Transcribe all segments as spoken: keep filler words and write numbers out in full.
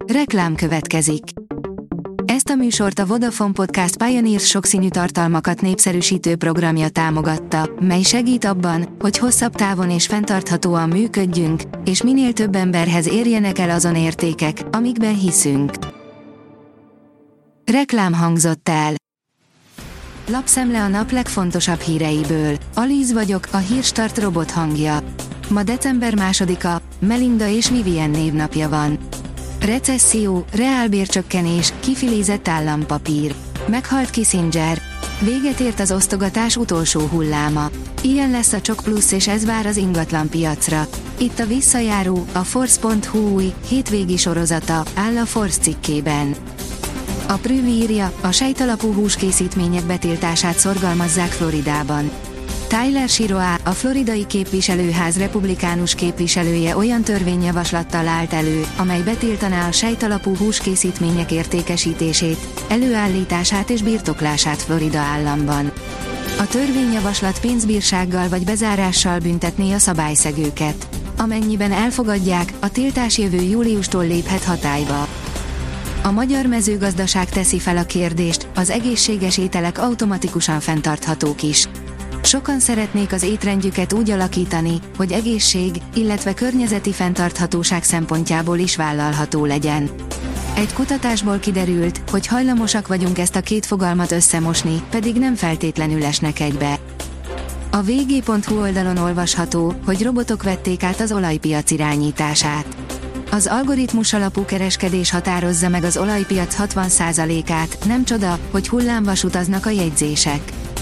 Reklám következik. Ezt a műsort a Vodafone Podcast Pioneers sokszínű tartalmakat népszerűsítő programja támogatta, mely segít abban, hogy hosszabb távon és fenntarthatóan működjünk, és minél több emberhez érjenek el azon értékek, amikben hiszünk. Reklám hangzott el. Lapszemle a nap legfontosabb híreiből. Alíz vagyok, a Hírstart robot hangja. Ma december másodika, Melinda és Vivien névnapja van. Recesszió, reálbércsökkenés, kifilézett állampapír. Meghalt Kissinger. Véget ért az osztogatás utolsó hulláma. Ilyen lesz a Csok Plusz, és ez vár az ingatlan piacra. Itt a visszajáró, a Force pont hu új, hétvégi sorozata, áll a Force cikkében. A Prüv írja, a sejtalapú húskészítmények betiltását szorgalmazzák Floridában. Tyler Siroa, a floridai képviselőház republikánus képviselője olyan törvényjavaslattal állt elő, amely betiltaná a sejtalapú húskészítmények értékesítését, előállítását és birtoklását Florida államban. A törvényjavaslat pénzbírsággal vagy bezárással büntetné a szabályszegőket. Amennyiben elfogadják, a tiltás jövő júliustól léphet hatályba. A magyar mezőgazdaság teszi fel a kérdést, az egészséges ételek automatikusan fenntarthatók is. Sokan szeretnék az étrendjüket úgy alakítani, hogy egészség, illetve környezeti fenntarthatóság szempontjából is vállalható legyen. Egy kutatásból kiderült, hogy hajlamosak vagyunk ezt a két fogalmat összemosni, pedig nem feltétlenül esnek egybe. A vg pont hu oldalon olvasható, hogy robotok vették át az olajpiac irányítását. Az algoritmus alapú kereskedés határozza meg az olajpiac hatvan százalékát, nem csoda, hogy hullámvas utaznak a jegyzések.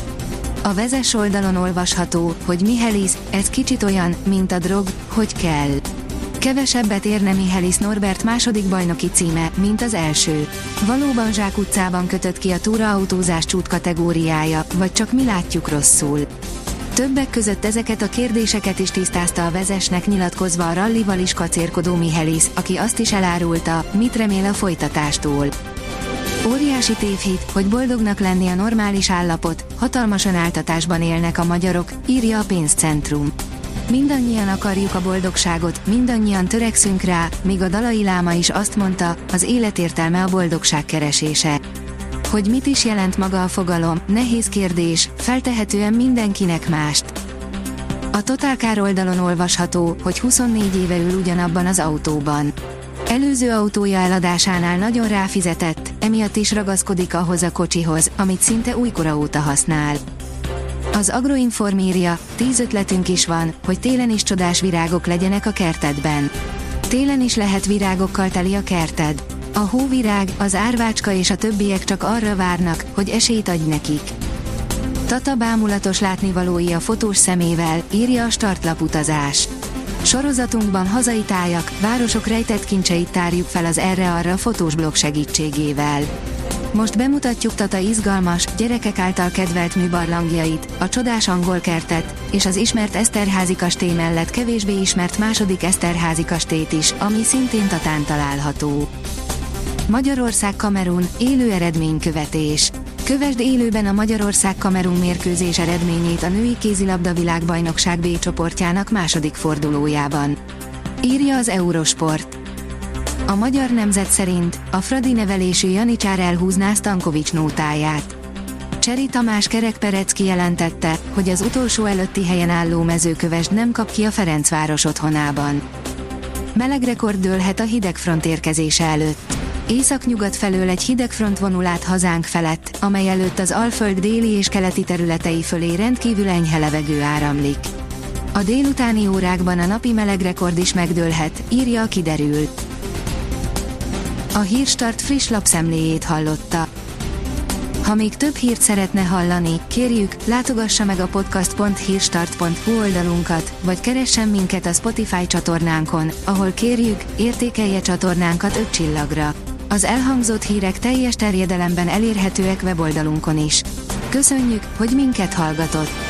A Vezess oldalon olvasható, hogy Michelis, ez kicsit olyan, mint a drog, hogy kell. Kevesebbet érne Michelis Norbert második bajnoki címe, mint az első. Valóban zsákutcában kötött ki a túraautózás csúcs kategóriája, vagy csak mi látjuk rosszul? Többek között ezeket a kérdéseket is tisztázta a Vezessnek nyilatkozva a rallival is kacérkodó Michelis, aki azt is elárulta, mit remél a folytatástól. Óriási tévhit, hogy boldognak lenni a normális állapot, hatalmas önáltatásban élnek a magyarok, írja a Pénzcentrum. Mindannyian akarjuk a boldogságot, mindannyian törekszünk rá, míg a Dalai Láma is azt mondta, az élet értelme a boldogság keresése. Hogy mit is jelent maga a fogalom, nehéz kérdés, feltehetően mindenkinek mást. A Totalkár oldalon olvasható, hogy huszonnégy éve ül ugyanabban az autóban. Előző autója eladásánál nagyon ráfizetett, emiatt is ragaszkodik ahhoz a kocsihoz, amit szinte újkora óta használ. Az Agroinform írja, tíz ötletünk is van, hogy télen is csodás virágok legyenek a kertedben. Télen is lehet virágokkal teli a kerted. A hóvirág, az árvácska és a többiek csak arra várnak, hogy esélyt adj nekik. Tata bámulatos látnivalói a fotós szemével, írja a Startlap utazás. Sorozatunkban hazai tájak, városok rejtett kincseit tárjuk fel az erre-arra fotós blog segítségével. Most bemutatjuk Tata izgalmas, gyerekek által kedvelt műbarlangjait, a csodás angol kertet, és az ismert Eszterházy kastély mellett kevésbé ismert második Eszterházy kastélyt is, ami szintén Tatán található. Magyarország-Kamerun, élő eredménykövetés. Kövesd élőben a Magyarország-Kamerun mérkőzés eredményét a női kézilabda világbajnokság B csoportjának második fordulójában. Írja az Eurosport. A Magyar Nemzet szerint a fradi nevelésű Janicsár elhúzná Stankovics nótáját. Cseri Tamás Kerekperec kijelentette, hogy az utolsó előtti helyen álló Mezőkövesd nem kap ki a Ferencváros otthonában. Melegrekord dőlhet a hidegfront érkezése előtt. Északnyugat felől egy hidegfront vonul át hazánk felett, amely előtt az Alföld déli és keleti területei fölé rendkívül enyhe levegő áramlik. A délutáni órákban a napi melegrekord is megdőlhet, írja a Kiderül. A Hírstart friss lapszemléjét hallotta. Ha még több hírt szeretne hallani, kérjük, látogassa meg a podcast pont hírstart pont hu oldalunkat, vagy keressen minket a Spotify csatornánkon, ahol kérjük, értékelje csatornánkat öt csillagra. Az elhangzott hírek teljes terjedelemben elérhetőek weboldalunkon is. Köszönjük, hogy minket hallgatott!